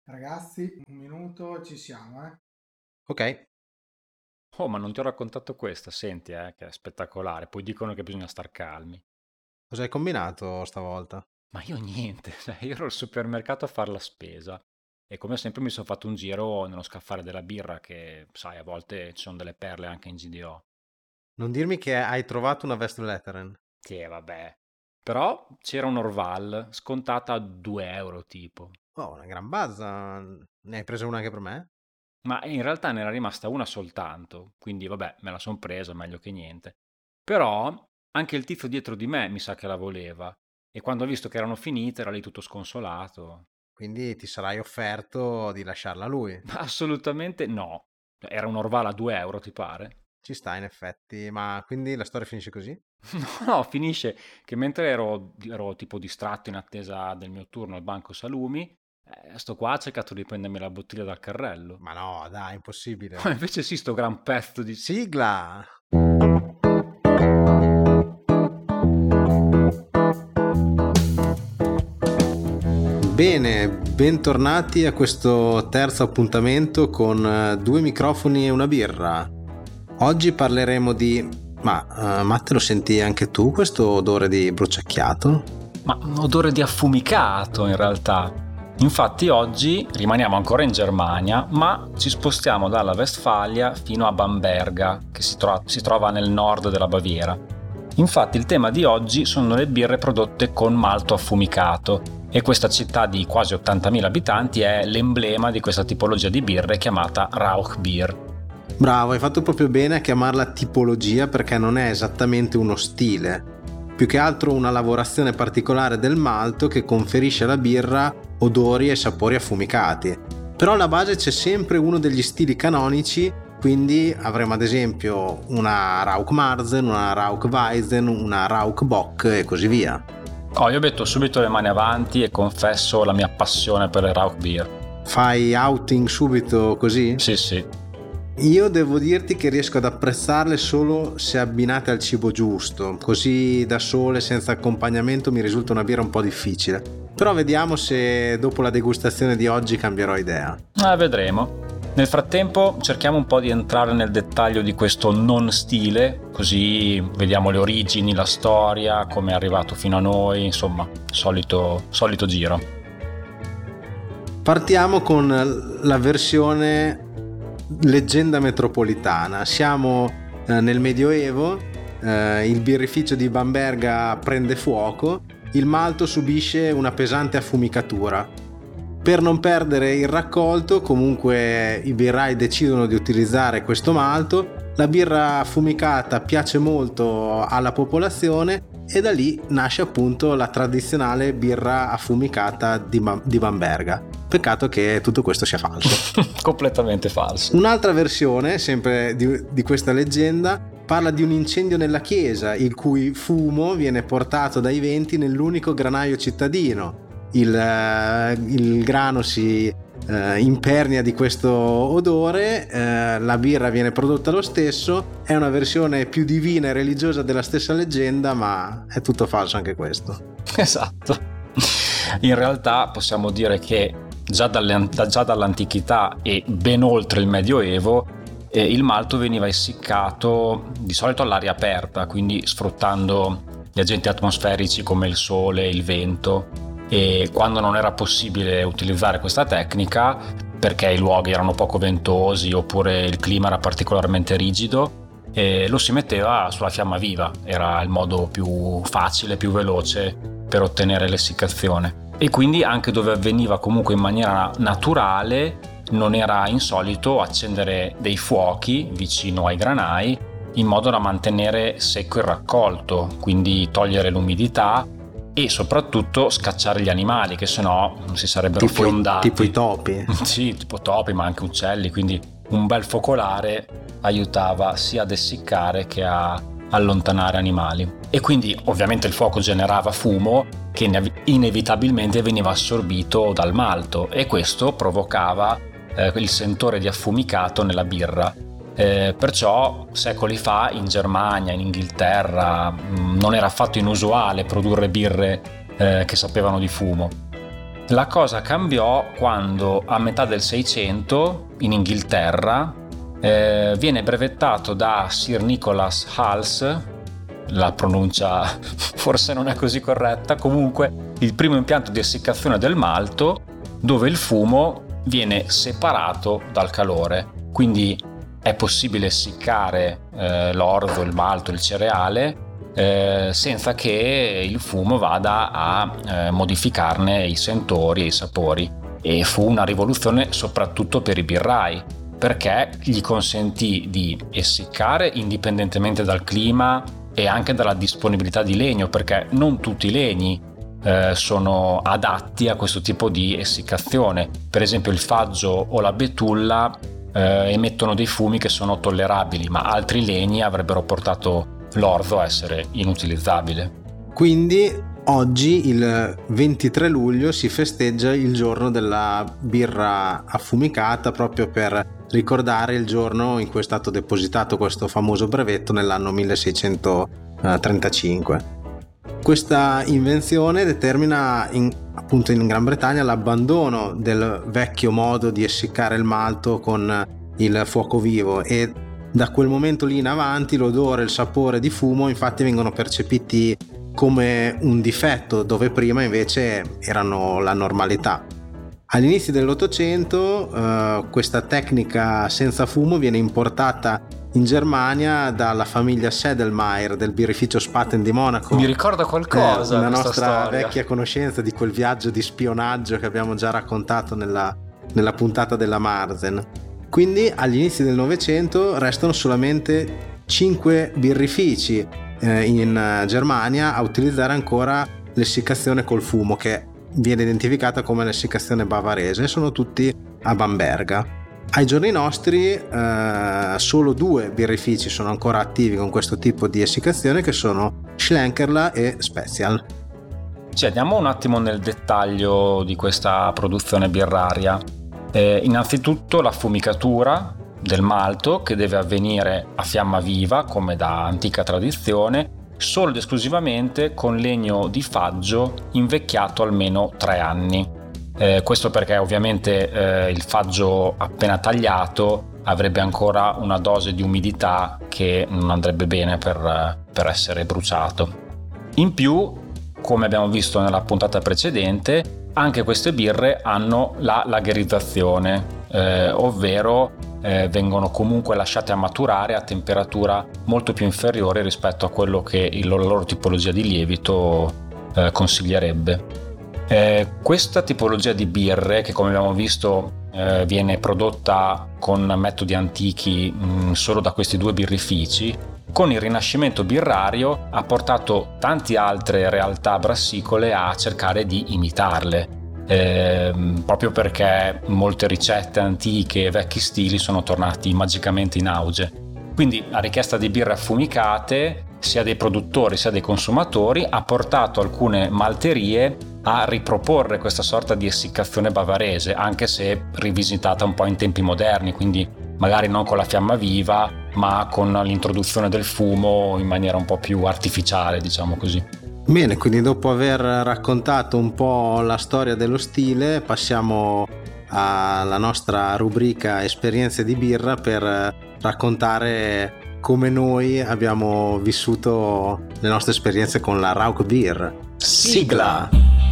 Ragazzi, un minuto e ci siamo, eh? Ok, Oh, ma non ti ho raccontato questa, senti, che è spettacolare. Poi dicono che bisogna star calmi. cosa hai combinato stavolta? Ma io niente, cioè, io ero al supermercato a fare la spesa e come sempre mi sono fatto un giro nello scaffale della birra che, sai, a volte ci sono delle perle anche in GDO. Non dirmi che hai trovato una Westvleteren. Che vabbè. Però c'era un Orval scontata a 2 euro tipo. Oh, una gran bazza. Ne hai preso una anche per me? Ma in realtà ne era rimasta una soltanto, quindi vabbè, me la son presa, meglio che niente. Però anche il tizio dietro di me mi sa che la voleva e quando ha visto che erano finite era lì tutto sconsolato. Quindi ti sarai offerto di lasciarla a lui. Ma assolutamente no. Era un Orval a 2 euro, ti pare? Ci sta in effetti, ma quindi la storia finisce così? No, no, finisce che mentre ero tipo distratto in attesa del mio turno al banco salumi, sto qua ha cercato di prendermi la bottiglia dal carrello. Ma no, dai, Ma impossibile. invece sì, sto gran pezzo di... Sigla! Bene, bentornati a questo terzo appuntamento con due microfoni e una birra. Oggi parleremo di... Matte, lo senti anche tu questo odore di bruciacchiato? Ma un odore di affumicato in realtà. Infatti oggi rimaniamo ancora in Germania, ma ci spostiamo dalla Westfalia fino a Bamberga, che si trova nel nord della Baviera. Infatti il tema di oggi sono le birre prodotte con malto affumicato e questa città di quasi 80.000 abitanti è l'emblema di questa tipologia di birre chiamata Rauchbier. Bravo, hai fatto proprio bene a chiamarla tipologia perché non è esattamente uno stile, più che altro una lavorazione particolare del malto che conferisce alla birra odori e sapori affumicati. Però alla base c'è sempre uno degli stili canonici, quindi avremo ad esempio una Rauchmarzen, una Rauchweizen, una Rauchbock e così via. Oh, io metto subito le mani avanti e confesso la mia passione per le Rauchbier. Fai outing subito così? Sì, sì. Io devo dirti che riesco ad apprezzarle solo se abbinate al cibo giusto, così da sole senza accompagnamento mi risulta una birra un po' difficile. Però vediamo se dopo la degustazione di oggi cambierò idea. Vedremo. Nel frattempo cerchiamo un po' di entrare nel dettaglio di questo non stile, così vediamo le origini, la storia, come è arrivato fino a noi, insomma, solito giro. Partiamo con la versione leggenda metropolitana. Siamo nel Medioevo, il birrificio di Bamberga prende fuoco, il malto subisce una pesante affumicatura. Per non perdere il raccolto, comunque i birrai decidono di utilizzare questo malto. La birra affumicata piace molto alla popolazione e da lì nasce appunto la tradizionale birra affumicata di Bamberga. Peccato che tutto questo sia falso. Completamente falso. Un'altra versione, sempre di questa leggenda, parla di un incendio nella chiesa, il cui fumo viene portato dai venti nell'unico granaio cittadino. Il grano si impernia di questo odore, la birra viene prodotta lo stesso, è una versione più divina e religiosa della stessa leggenda, ma è tutto falso anche questo. Esatto. In realtà possiamo dire che già dall'antichità e ben oltre il Medioevo il malto veniva essiccato di solito all'aria aperta, quindi sfruttando gli agenti atmosferici come il sole, il vento. E quando non era possibile utilizzare questa tecnica perché i luoghi erano poco ventosi oppure il clima era particolarmente rigido, lo si metteva sulla fiamma viva, era il modo più facile, più veloce per ottenere l'essiccazione. E quindi anche dove avveniva comunque in maniera naturale non era insolito accendere dei fuochi vicino ai granai in modo da mantenere secco il raccolto, quindi togliere l'umidità e soprattutto scacciare gli animali che sennò si sarebbero fiondati. Tipo i topi. Sì, tipo topi, ma anche uccelli, quindi un bel focolare aiutava sia ad essiccare che a allontanare animali. E quindi ovviamente il fuoco generava fumo che inevitabilmente veniva assorbito dal malto e questo provocava il sentore di affumicato nella birra. Perciò secoli fa in Germania, in Inghilterra non era affatto inusuale produrre birre che sapevano di fumo. La cosa cambiò quando a metà del 600 in Inghilterra viene brevettato da Sir Nicholas Hals, la pronuncia forse non è così corretta, comunque il primo impianto di essiccazione del malto dove il fumo viene separato dal calore, quindi è possibile essiccare l'orzo, il malto, il cereale senza che il fumo vada a modificarne i sentori e i sapori. E fu una rivoluzione soprattutto per i birrai, perché gli consentì di essiccare indipendentemente dal clima e anche dalla disponibilità di legno, perché non tutti i legni sono adatti a questo tipo di essiccazione. Per esempio il faggio o la betulla emettono dei fumi che sono tollerabili, ma altri legni avrebbero portato l'orzo a essere inutilizzabile. Quindi oggi, il 23 luglio, si festeggia il giorno della birra affumicata, proprio per ricordare il giorno in cui è stato depositato questo famoso brevetto nell'anno 1635. Questa invenzione determina appunto in Gran Bretagna l'abbandono del vecchio modo di essiccare il malto con il fuoco vivo, e da quel momento lì in avanti l'odore e il sapore di fumo infatti vengono percepiti come un difetto, dove prima invece erano la normalità. All'inizio dell'Ottocento questa tecnica senza fumo viene importata in Germania dalla famiglia Sedlmayr del birrificio Spaten di Monaco. Mi ricorda qualcosa una questa nostra storia. Vecchia conoscenza di quel viaggio di spionaggio che abbiamo già raccontato nella puntata della Marzen. Quindi agli inizi del Novecento restano solamente 5 birrifici in Germania a utilizzare ancora l'essiccazione col fumo, che viene identificata come l'essiccazione bavarese. Sono tutti a Bamberga. Ai giorni nostri solo 2 birrifici sono ancora attivi con questo tipo di essiccazione, che sono Schlenkerla e Special. Andiamo un attimo nel dettaglio di questa produzione birraria. Innanzitutto la fumicatura del malto, che deve avvenire a fiamma viva come da antica tradizione, solo ed esclusivamente con legno di faggio invecchiato almeno 3 anni. Questo perché ovviamente il faggio appena tagliato avrebbe ancora una dose di umidità che non andrebbe bene per essere bruciato. In più, come abbiamo visto nella puntata precedente, anche queste birre hanno la lagherizzazione, ovvero vengono comunque lasciate a maturare a temperatura molto più inferiore rispetto a quello che la loro tipologia di lievito consiglierebbe. Questa tipologia di birre, che come abbiamo visto viene prodotta con metodi antichi solo da questi 2 birrifici, con il Rinascimento birrario ha portato tante altre realtà brassicole a cercare di imitarle, proprio perché molte ricette antiche e vecchi stili sono tornati magicamente in auge. Quindi la richiesta di birre affumicate, sia dei produttori sia dei consumatori, ha portato alcune malterie a riproporre questa sorta di essiccazione bavarese, anche se rivisitata un po' in tempi moderni, quindi magari non con la fiamma viva, ma con l'introduzione del fumo in maniera un po' più artificiale, diciamo così. Bene, quindi dopo aver raccontato un po' la storia dello stile, passiamo alla nostra rubrica Esperienze di birra per raccontare come noi abbiamo vissuto le nostre esperienze con la Rauch Beer. Sigla!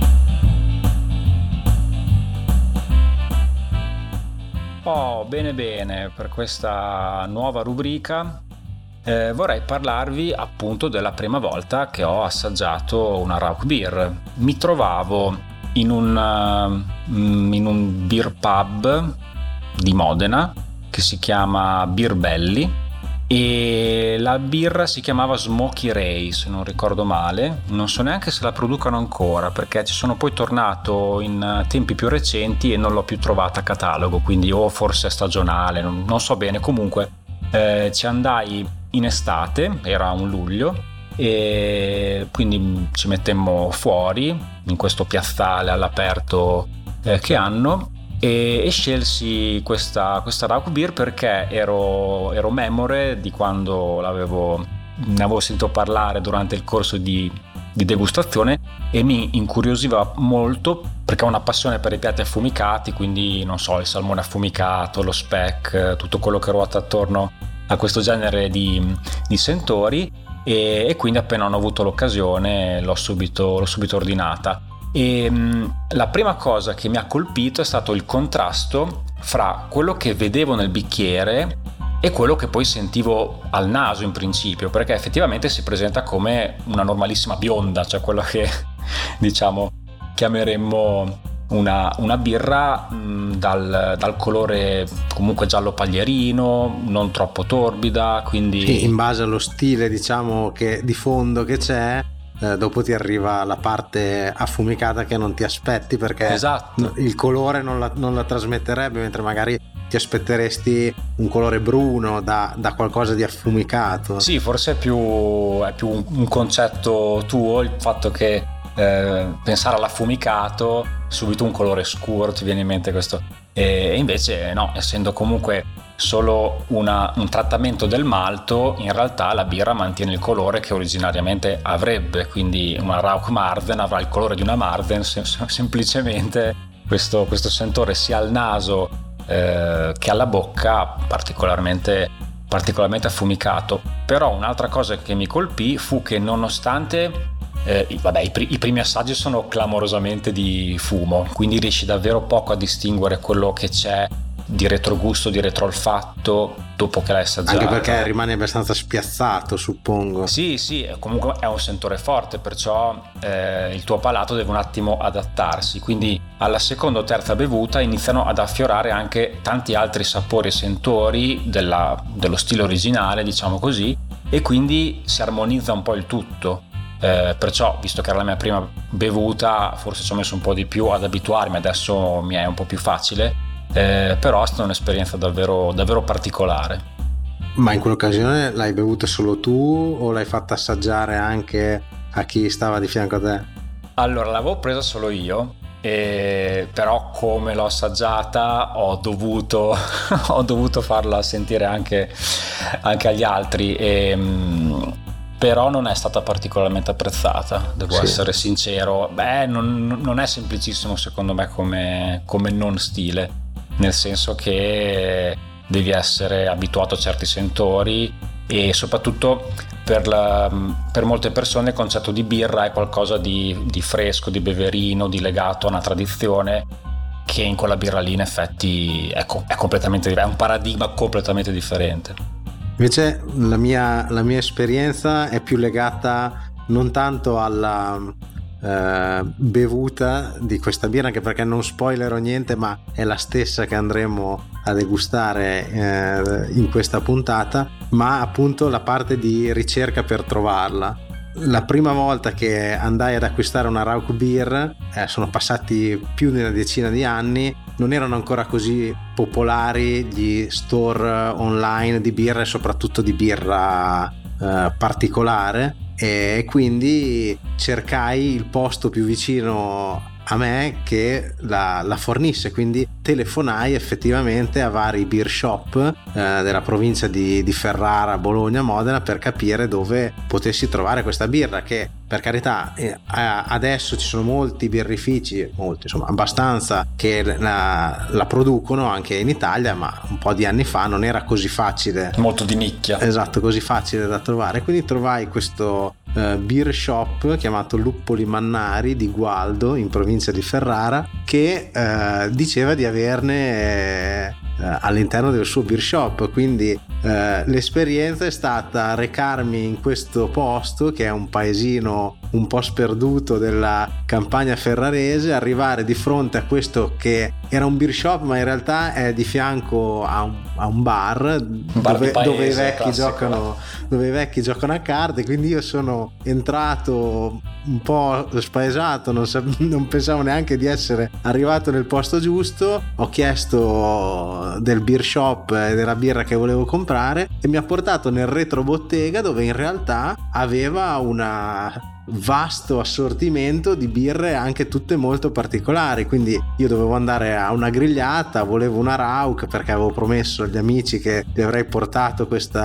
Oh, bene, per questa nuova rubrica vorrei parlarvi appunto della prima volta che ho assaggiato una Rauch Beer. Mi trovavo in un beer pub di Modena che si chiama Beer Belly, e la birra si chiamava Smoky Ray, se non ricordo male. Non so neanche se la producano ancora, perché ci sono poi tornato in tempi più recenti e non l'ho più trovata a catalogo, quindi o forse è stagionale, non so bene. Comunque ci andai in estate, era un luglio, e quindi ci mettemmo fuori in questo piazzale all'aperto che hanno, e scelsi questa Rauch Beer perché ero memore di quando ne avevo sentito parlare durante il corso di degustazione, e mi incuriosiva molto perché ho una passione per i piatti affumicati, quindi non so, il salmone affumicato, lo speck, tutto quello che ruota attorno a questo genere di sentori, e quindi appena ho avuto l'occasione l'ho subito ordinata. E la prima cosa che mi ha colpito è stato il contrasto fra quello che vedevo nel bicchiere e quello che poi sentivo al naso in principio, perché effettivamente si presenta come una normalissima bionda, cioè quello che diciamo chiameremmo una birra dal colore comunque giallo paglierino, non troppo torbida, quindi sì, in base allo stile diciamo che di fondo che c'è, dopo ti arriva la parte affumicata che non ti aspetti, perché esatto, il colore non la trasmetterebbe, mentre magari ti aspetteresti un colore bruno da qualcosa di affumicato. Sì, forse è più un concetto tuo il fatto che pensare all'affumicato, subito un colore scuro ti viene in mente questo, e invece no, essendo comunque solo un trattamento del malto, in realtà la birra mantiene il colore che originariamente avrebbe, quindi una Rauch Marden avrà il colore di una Marden, semplicemente questo sentore sia al naso che alla bocca particolarmente affumicato. Però un'altra cosa che mi colpì fu che nonostante i primi assaggi sono clamorosamente di fumo, quindi riesci davvero poco a distinguere quello che c'è di retrogusto, di retroolfatto dopo che l'hai assaggiato. Anche perché rimane abbastanza spiazzato, suppongo. Sì, comunque è un sentore forte, perciò il tuo palato deve un attimo adattarsi, quindi alla seconda o terza bevuta iniziano ad affiorare anche tanti altri sapori e sentori dello stile originale, diciamo così, e quindi si armonizza un po' il tutto. Perciò, visto che era la mia prima bevuta, forse ci ho messo un po' di più ad abituarmi, adesso mi è un po' più facile, però è stata un'esperienza davvero, davvero particolare. Ma in quell'occasione l'hai bevuta solo tu o l'hai fatta assaggiare anche a chi stava di fianco a te? Allora, l'avevo presa solo io, però come l'ho assaggiata ho dovuto farla sentire anche agli altri, però non è stata particolarmente apprezzata, devo essere sincero. Non è semplicissimo secondo me come non stile, nel senso che devi essere abituato a certi sentori, e soprattutto per molte persone il concetto di birra è qualcosa di fresco, di beverino, di legato a una tradizione, che in quella birra lì in effetti è completamente diverso, è un paradigma completamente differente. Invece la mia esperienza è più legata non tanto alla bevuta di questa birra, anche perché non spoilerò niente, ma è la stessa che andremo a degustare in questa puntata, ma appunto la parte di ricerca per trovarla. La prima volta che andai ad acquistare una Rauch Beer, sono passati più di una decina di anni, non erano ancora così popolari gli store online di birra, e soprattutto di birra particolare, e quindi cercai il posto più vicino a me che la fornisse, quindi telefonai effettivamente a vari beer shop della provincia di Ferrara, Bologna, Modena, per capire dove potessi trovare questa birra, che per carità adesso ci sono molti birrifici, abbastanza, che la producono anche in Italia, ma un po' di anni fa non era così facile, molto di nicchia, esatto, così facile da trovare. Quindi trovai questo beer shop chiamato Luppoli Mannari di Gualdo, in provincia di Ferrara, che diceva di averne all'interno del suo beer shop. Quindi l'esperienza è stata recarmi in questo posto, che è un paesino un po' sperduto della campagna ferrarese, arrivare di fronte a questo che era un beer shop, ma in realtà è di fianco a un bar, dove i vecchi giocano a carte. Quindi io sono entrato un po' spaesato, non pensavo neanche di essere arrivato nel posto giusto. Ho chiesto del beer shop e della birra che volevo comprare, e mi ha portato nel retrobottega, dove in realtà aveva una vasto assortimento di birre, anche tutte molto particolari. Quindi io dovevo andare a una grigliata, volevo una Rauch perché avevo promesso agli amici che gli avrei portato questa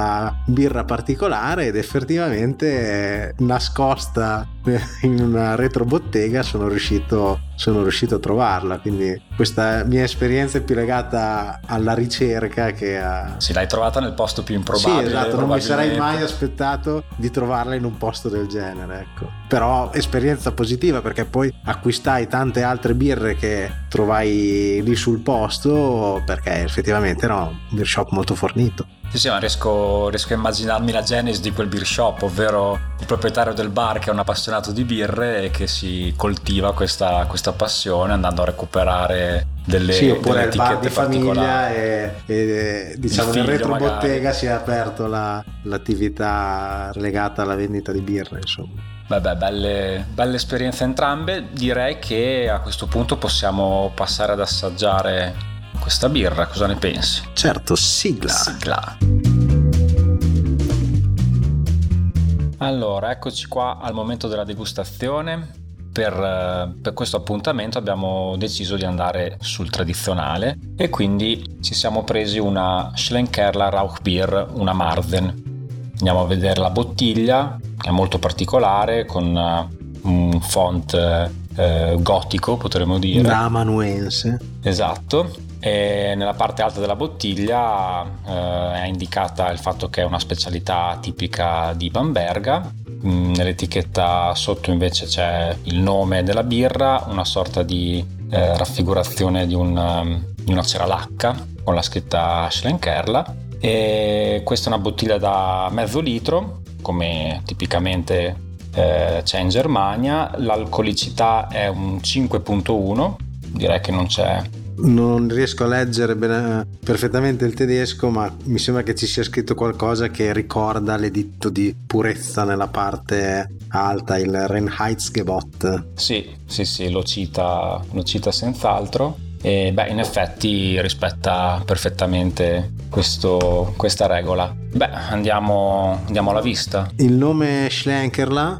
birra particolare, ed effettivamente nascosta in una retrobottega sono riuscito a trovarla. Quindi questa mia esperienza è più legata alla ricerca che a... Sì, l'hai trovata nel posto più improbabile. Sì, esatto, non mi sarei mai aspettato di trovarla in un posto del genere, ecco. Però esperienza positiva, perché poi acquistai tante altre birre che trovai lì sul posto, perché effettivamente era un beer shop molto fornito. Sì, ma riesco a immaginarmi la genesi di quel beer shop, ovvero il proprietario del bar che è un appassionato di birre e che si coltiva questa passione andando a recuperare delle oppure delle il bar di etichette famiglia particolari. e diciamo Il nel figlio retrobottega magari. si è aperto l'attività legata alla vendita di birre, insomma. Vabbè, belle esperienze entrambe. Direi che a questo punto possiamo passare ad assaggiare questa birra. Cosa ne pensi? Certo, sigla. Allora, eccoci qua al momento della degustazione. Per questo appuntamento abbiamo deciso di andare sul tradizionale e quindi ci siamo presi una Schlenkerla Rauchbier, una Marzen. Andiamo a vedere la bottiglia, è molto particolare, con un font gotico, potremmo dire. Amanuense. Esatto. E nella parte alta della bottiglia è indicata il fatto che è una specialità tipica di Bamberga. Nell'etichetta sotto invece c'è il nome della birra, una sorta di raffigurazione di una ceralacca con la scritta Schlenkerla. E questa è una bottiglia da mezzo litro, come tipicamente c'è in Germania. L'alcolicità è un 5.1, direi che non riesco a leggere perfettamente il tedesco, ma mi sembra che ci sia scritto qualcosa che ricorda l'editto di purezza nella parte alta, il Reinheitsgebot. Sì, lo cita senz'altro. E in effetti rispetta perfettamente questa regola. Andiamo alla vista. Il nome Schlenkerla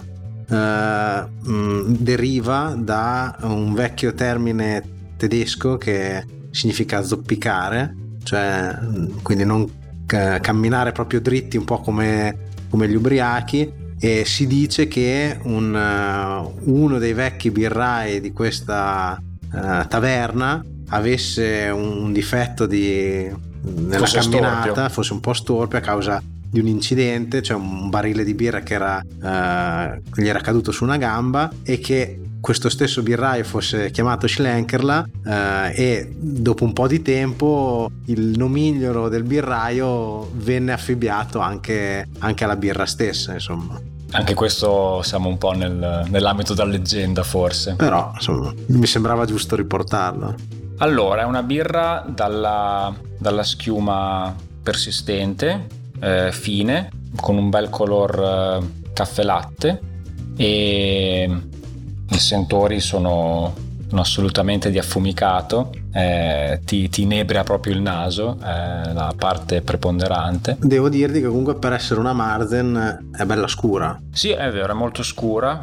deriva da un vecchio termine tedesco che significa zoppicare, cioè quindi non camminare proprio dritti, un po' come gli ubriachi, e si dice che uno dei vecchi birrai di questa taverna avesse un difetto nella camminata, fosse un po' storpio a causa di un incidente, cioè un barile di birra che gli era caduto su una gamba, e che questo stesso birraio fosse chiamato Schlenkerla, e dopo un po' di tempo il nomignolo del birraio venne affibbiato anche alla birra stessa, insomma. Anche questo siamo un po' nell'ambito della leggenda, forse. Però insomma mi sembrava giusto riportarlo. Allora, è una birra dalla schiuma persistente, fine, con un bel color caffè latte, e i sentori sono assolutamente di affumicato, ti inebria proprio il naso, la parte preponderante. Devo dirti che comunque per essere una Marzen è bella scura. Sì, è vero, è molto scura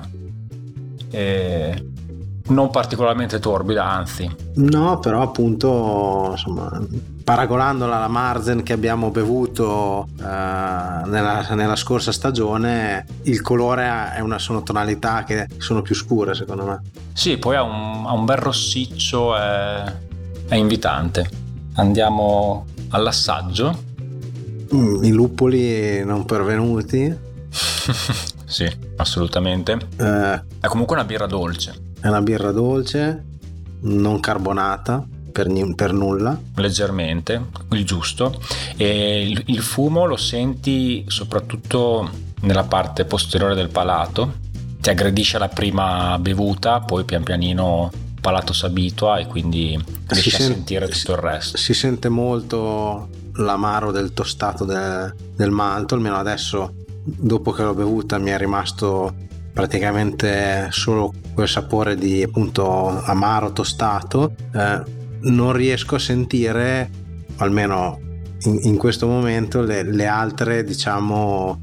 e non particolarmente torbida, anzi. No, però appunto, insomma, paragonandola alla Marzen che abbiamo bevuto nella scorsa stagione, il colore sono tonalità che sono più scure, secondo me. Sì, poi ha un bel rossiccio, è invitante. Andiamo all'assaggio. I luppoli non pervenuti. Sì, assolutamente. È comunque una birra dolce. È una birra dolce, non carbonata per nulla. Leggermente, il giusto. E il fumo lo senti soprattutto nella parte posteriore del palato. Ti aggredisce la prima bevuta, poi pian pianino il palato si abitua e quindi riesci a sentire tutto il resto. Si sente molto l'amaro del tostato del malto, almeno adesso dopo che l'ho bevuta mi è rimasto praticamente solo quel sapore di appunto amaro tostato. Non riesco a sentire, almeno in questo momento, le altre, diciamo,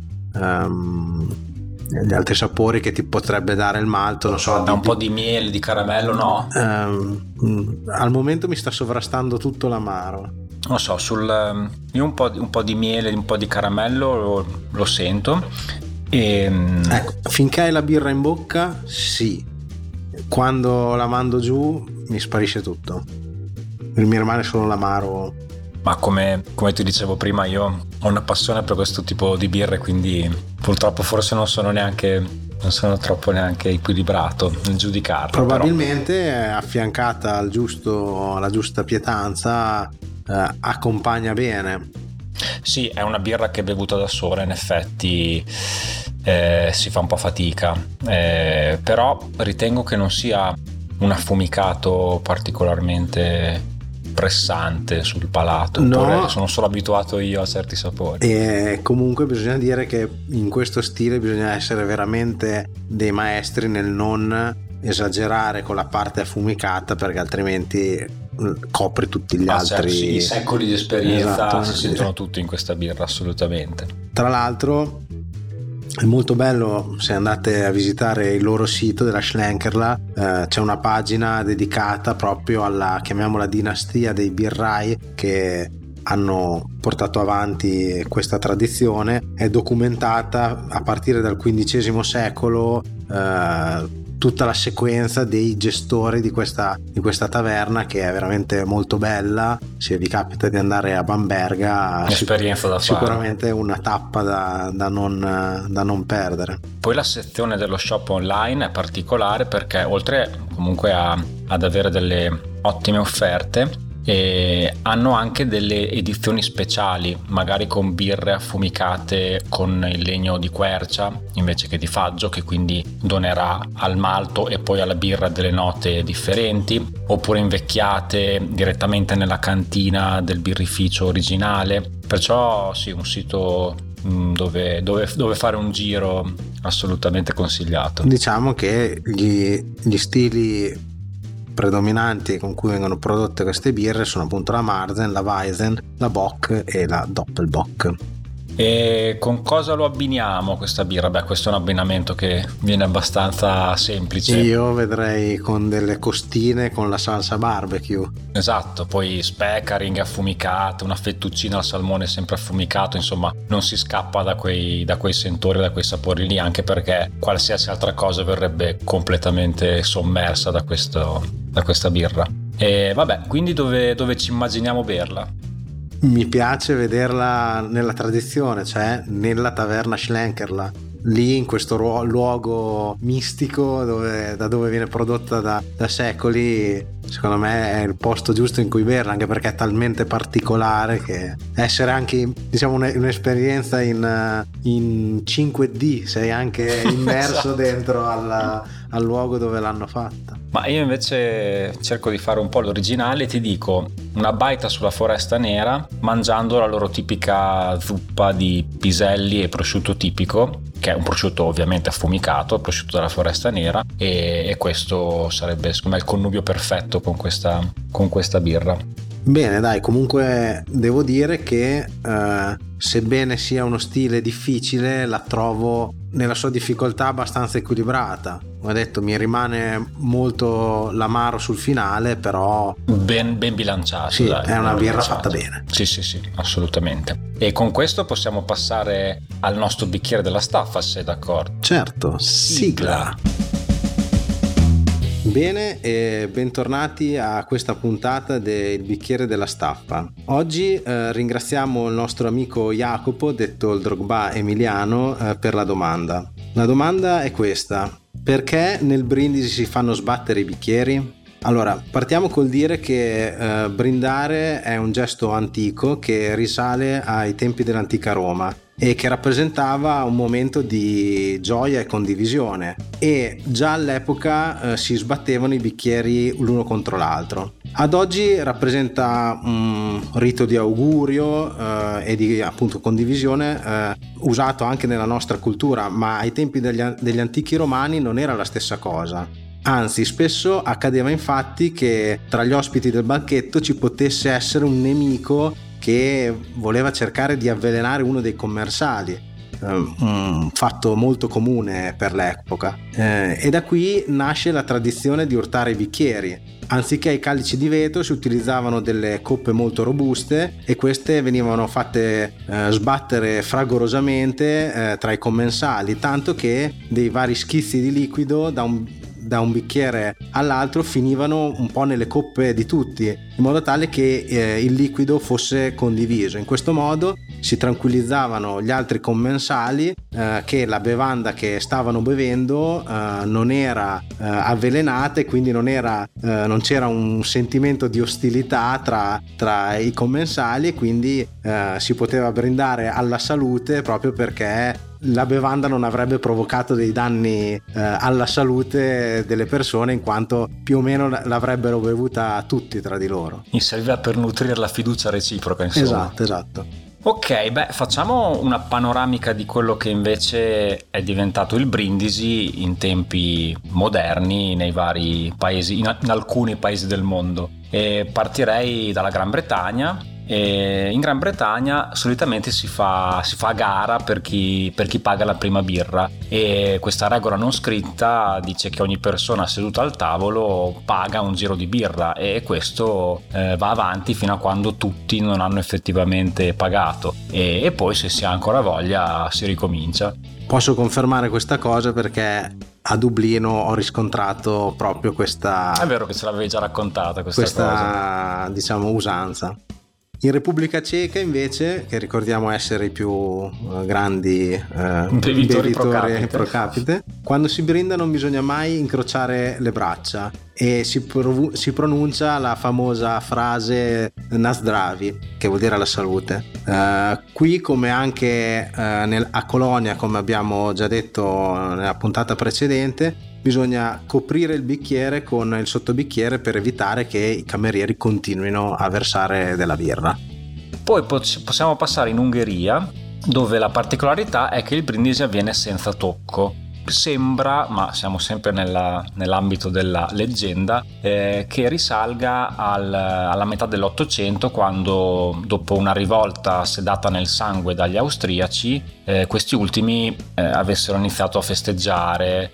gli altri sapori che ti potrebbe dare il malto. Non so, un po' di miele, di caramello, no? Al momento mi sta sovrastando tutto l'amaro. non so, io un po' di miele, un po' di caramello lo sento. Ecco, finché hai la birra in bocca, sì. Quando la mando giù mi sparisce tutto. Mi rimane solo l'amaro. Ma come ti dicevo prima, io ho una passione per questo tipo di birre, quindi purtroppo forse non sono troppo neanche equilibrato nel giudicarlo. Probabilmente però, affiancata alla giusta pietanza, accompagna bene. Sì, è una birra che bevuta da sola in effetti si fa un po' fatica, però ritengo che non sia un affumicato particolarmente pressante sul palato. No, sono solo abituato io a certi sapori. E comunque bisogna dire che in questo stile bisogna essere veramente dei maestri nel non esagerare con la parte affumicata, perché altrimenti copri tutti gli altri. Certo, sì, i secoli di esperienza, esatto, si sentono tutti in questa birra, assolutamente. Tra l'altro è molto bello, se andate a visitare il loro sito della Schlenkerla, c'è una pagina dedicata proprio alla, chiamiamola, dinastia dei birrai che hanno portato avanti questa tradizione. È documentata a partire dal XV secolo, tutta la sequenza dei gestori di questa taverna, che è veramente molto bella. Se vi capita di andare a Bamberga, un'esperienza da fare, sicuramente una tappa da non perdere. Poi la sezione dello shop online è particolare perché oltre comunque ad avere delle ottime offerte, e hanno anche delle edizioni speciali, magari con birre affumicate con il legno di quercia invece che di faggio, che quindi donerà al malto e poi alla birra delle note differenti, oppure invecchiate direttamente nella cantina del birrificio originale. Perciò sì, un sito dove fare un giro assolutamente consigliato. Diciamo che gli stili predominanti con cui vengono prodotte queste birre sono appunto la Marzen, la Weizen, la Bock e la Doppelbock. E con cosa lo abbiniamo questa birra? Beh, questo è un abbinamento che viene abbastanza semplice. Io vedrei con delle costine con la salsa barbecue. Esatto, poi specaring affumicato, una fettuccina al salmone sempre affumicato, insomma non si scappa da quei sentori, da quei sapori lì, anche perché qualsiasi altra cosa verrebbe completamente sommersa da questa birra. E vabbè, quindi dove ci immaginiamo berla? Mi piace vederla nella tradizione, cioè nella taverna Schlenkerla, lì in questo luogo mistico da dove viene prodotta da secoli. Secondo me è il posto giusto in cui berla, anche perché è talmente particolare che essere anche, diciamo, un'esperienza in 5D, sei anche immerso dentro al luogo dove l'hanno fatta. Ma io invece cerco di fare un po' l'originale e ti dico una baita sulla Foresta Nera, mangiando la loro tipica zuppa di piselli e prosciutto tipico, che è un prosciutto ovviamente affumicato, il prosciutto della Foresta Nera, e questo sarebbe secondo me il connubio perfetto con questa birra. Bene, dai, comunque devo dire che sebbene sia uno stile difficile, la trovo nella sua difficoltà abbastanza equilibrata. Come detto, mi rimane molto l'amaro sul finale, però ben bilanciato. Sì, dai, è una birra bilanciato. fatta bene. Sì, assolutamente. E con questo possiamo passare al nostro bicchiere della staffa, se sei d'accordo. Certo, sigla. Bene, e bentornati a questa puntata del bicchiere della staffa. Oggi ringraziamo il nostro amico Jacopo, detto il Drogba emiliano, per la domanda. La domanda è questa: perché nel brindisi si fanno sbattere i bicchieri? Allora, partiamo col dire che brindare è un gesto antico che risale ai tempi dell'antica Roma e che rappresentava un momento di gioia e condivisione, e già all'epoca si sbattevano i bicchieri l'uno contro l'altro. Ad oggi rappresenta un rito di augurio e di appunto condivisione usato anche nella nostra cultura, ma ai tempi degli antichi romani non era la stessa cosa. Anzi, spesso accadeva infatti che tra gli ospiti del banchetto ci potesse essere un nemico che voleva cercare di avvelenare uno dei commensali, un fatto molto comune per l'epoca, e da qui nasce la tradizione di urtare i bicchieri. Anziché i calici di vetro si utilizzavano delle coppe molto robuste e queste venivano fatte sbattere fragorosamente tra i commensali, tanto che dei vari schizzi di liquido da un bicchiere all'altro finivano un po' nelle coppe di tutti, in modo tale che il liquido fosse condiviso. In questo modo si tranquillizzavano gli altri commensali che la bevanda che stavano bevendo non era avvelenata, e quindi non c'era un sentimento di ostilità tra i commensali, e quindi si poteva brindare alla salute, proprio perché la bevanda non avrebbe provocato dei danni alla salute delle persone, in quanto più o meno l'avrebbero bevuta tutti tra di loro. Mi serviva per nutrire la fiducia reciproca, insomma. Esatto. Ok, facciamo una panoramica di quello che invece è diventato il brindisi in tempi moderni nei vari paesi, in alcuni paesi del mondo. E partirei dalla Gran Bretagna. E in Gran Bretagna solitamente si fa a gara per chi paga la prima birra, e questa regola non scritta dice che ogni persona seduta al tavolo paga un giro di birra, e questo va avanti fino a quando tutti non hanno effettivamente pagato, e poi, se si ha ancora voglia, si ricomincia. Posso confermare questa cosa perché a Dublino ho riscontrato proprio questa... È vero che ce l'avevi già raccontata questa cosa. Diciamo, usanza. In Repubblica Ceca invece, che ricordiamo essere i più grandi bevitori pro capite, quando si brinda non bisogna mai incrociare le braccia e si pronuncia la famosa frase Na zdravi, che vuol dire alla salute. Qui, come anche a Colonia, come abbiamo già detto nella puntata precedente, bisogna coprire il bicchiere con il sottobicchiere per evitare che i camerieri continuino a versare della birra. Poi possiamo passare in Ungheria, dove la particolarità è che il brindisi avviene senza tocco. Sembra, ma siamo sempre nell'ambito della leggenda, che risalga alla metà dell'Ottocento, quando, dopo una rivolta sedata nel sangue dagli austriaci, questi ultimi avessero iniziato a festeggiare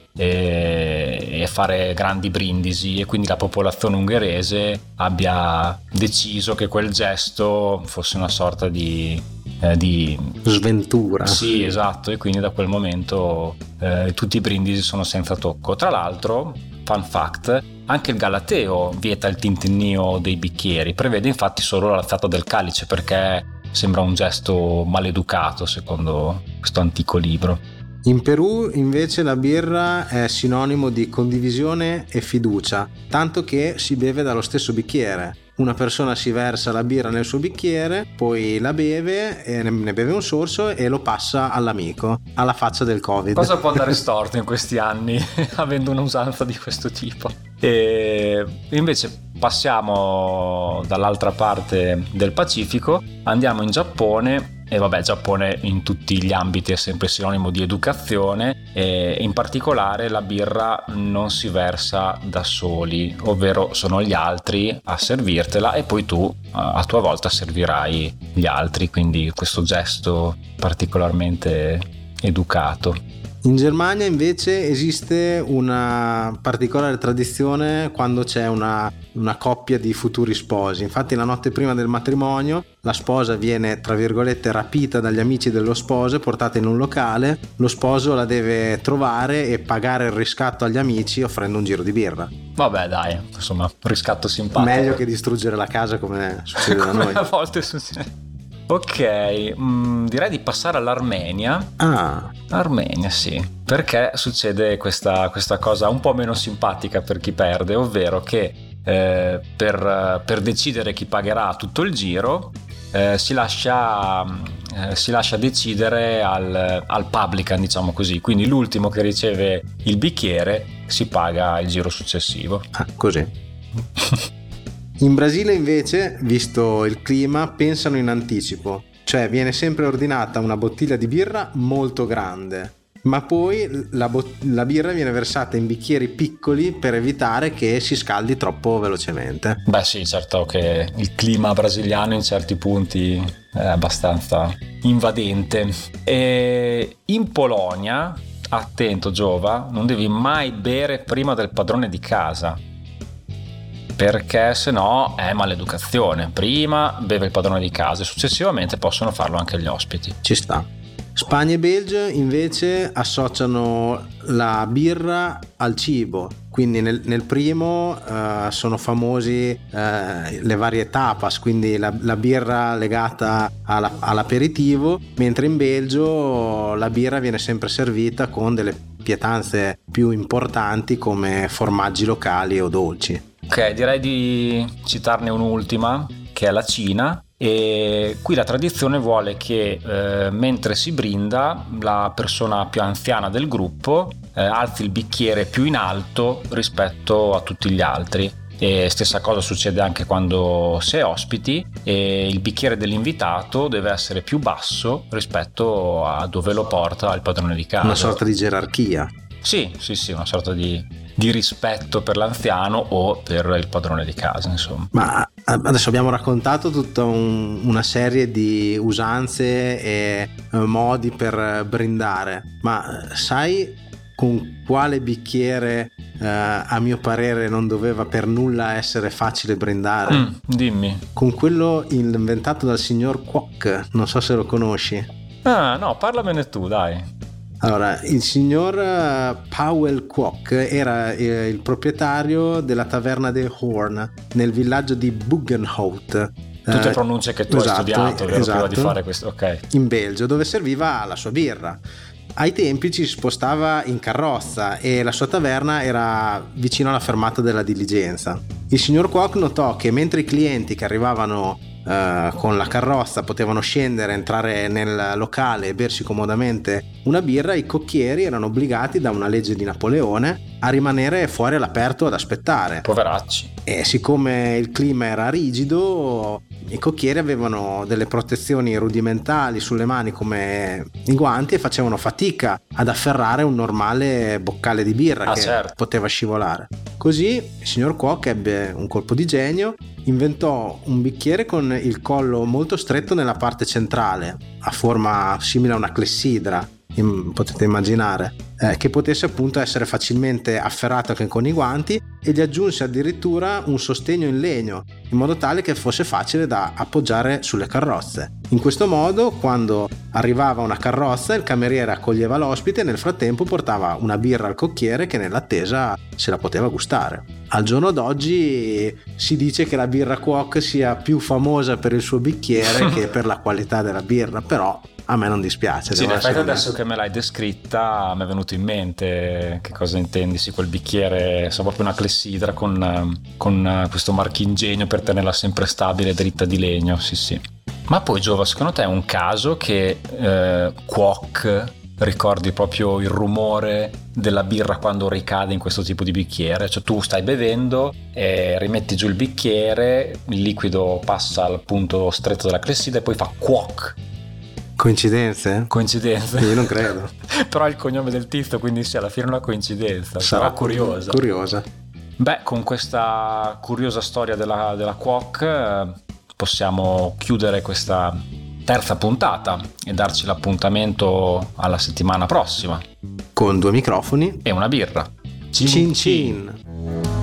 e fare grandi brindisi, e quindi la popolazione ungherese abbia deciso che quel gesto fosse una sorta di sventura. Sì, esatto, e quindi da quel momento tutti i brindisi sono senza tocco. Tra l'altro, fun fact, anche il Galateo vieta il tintinnio dei bicchieri, prevede infatti solo l'alzata del calice, perché sembra un gesto maleducato secondo questo antico libro. In Perù invece la birra è sinonimo di condivisione e fiducia, tanto che si beve dallo stesso bicchiere. Una persona si versa la birra nel suo bicchiere, poi la beve, e ne beve un sorso e lo passa all'amico, alla faccia del Covid. Cosa può andare storto in questi anni avendo un'usanza di questo tipo? E invece passiamo dall'altra parte del Pacifico, andiamo in Giappone. E vabbè, Giappone in tutti gli ambiti è sempre sinonimo di educazione, e in particolare la birra non si versa da soli, ovvero sono gli altri a servirtela e poi tu a tua volta servirai gli altri, quindi questo gesto particolarmente educato. In Germania invece esiste una particolare tradizione quando c'è una coppia di futuri sposi. Infatti la notte prima del matrimonio la sposa viene, tra virgolette, rapita dagli amici dello sposo e portata in un locale. Lo sposo la deve trovare e pagare il riscatto agli amici offrendo un giro di birra. Vabbè, dai, insomma, riscatto simpatico. Meglio che distruggere la casa come succede da noi. A volte succede. Ok, direi di passare all'Armenia. Armenia, sì, perché succede questa cosa un po' meno simpatica per chi perde, ovvero che per decidere chi pagherà tutto il giro si lascia decidere al publican, diciamo così, quindi l'ultimo che riceve il bicchiere si paga il giro successivo. Così. In Brasile invece, visto il clima, pensano in anticipo, cioè viene sempre ordinata una bottiglia di birra molto grande, ma poi la birra viene versata in bicchieri piccoli per evitare che si scaldi troppo velocemente. Beh sì, certo che il clima brasiliano in certi punti è abbastanza invadente. E in Polonia, attento Giova, non devi mai bere prima del padrone di casa, perché sennò è maleducazione. Prima beve il padrone di casa e successivamente possono farlo anche gli ospiti. Ci sta. Spagna e Belgio invece associano la birra al cibo, quindi nel primo sono famosi le varie tapas, quindi la birra legata all'aperitivo, mentre in Belgio la birra viene sempre servita con delle pietanze più importanti come formaggi locali o dolci. Ok, direi di citarne un'ultima, che è la Cina. E qui la tradizione vuole che mentre si brinda la persona più anziana del gruppo alzi il bicchiere più in alto rispetto a tutti gli altri, e stessa cosa succede anche quando si è ospiti, e il bicchiere dell'invitato deve essere più basso rispetto a dove lo porta il padrone di casa. Una sorta di gerarchia. Sì, una sorta di rispetto per l'anziano o per il padrone di casa, insomma. Ma adesso abbiamo raccontato tutta una serie di usanze e modi per brindare, ma sai con quale bicchiere a mio parere non doveva per nulla essere facile brindare? Dimmi. Con quello inventato dal signor Kwok, non so se lo conosci. Ah no, parlamene tu, dai. Allora, il signor Powell Kwok era il proprietario della taverna The Horn nel villaggio di Buggenhout. Tutte pronunce che tu hai studiato, vero? Prima di fare questo, ok. In Belgio, dove serviva la sua birra. Ai tempi ci si spostava in carrozza e la sua taverna era vicino alla fermata della diligenza. Il signor Kwok notò che mentre i clienti che arrivavano con la carrozza potevano scendere, entrare nel locale e bersi comodamente una birra, i cocchieri erano obbligati da una legge di Napoleone a rimanere fuori all'aperto ad aspettare. Poveracci. E siccome il clima era rigido, i cocchieri avevano delle protezioni rudimentali sulle mani come i guanti e facevano fatica ad afferrare un normale boccale di birra che poteva scivolare. Così il signor Kwok ebbe un colpo di genio, inventò un bicchiere con il collo molto stretto nella parte centrale, a forma simile a una clessidra, potete immaginare, che potesse appunto essere facilmente afferrato anche con i guanti, e gli aggiunse addirittura un sostegno in legno in modo tale che fosse facile da appoggiare sulle carrozze. In questo modo, quando arrivava una carrozza, il cameriere accoglieva l'ospite e nel frattempo portava una birra al cocchiere che nell'attesa se la poteva gustare. Al giorno d'oggi si dice che la birra Kwok sia più famosa per il suo bicchiere che per la qualità della birra, però a me non dispiace. Sì, in effetti adesso che me l'hai descritta mi è venuto in mente che cosa intendi. Sì, quel bicchiere, so, proprio una clessidra con questo marchingegno per tenerla sempre stabile, dritta di legno, sì. Ma poi Giova, secondo te è un caso che Kwok ricordi proprio il rumore della birra quando ricade in questo tipo di bicchiere? Cioè tu stai bevendo e rimetti giù il bicchiere, il liquido passa al punto stretto della clessidra e poi fa Kwok. Coincidenze? Coincidenze? Io non credo. Però è il cognome del tizio, quindi sì, alla fine è una coincidenza. Sarà curiosa. Beh, con questa curiosa storia della Kwok possiamo chiudere questa terza puntata e darci l'appuntamento alla settimana prossima. Con 2 microfoni e una birra. Cin cin.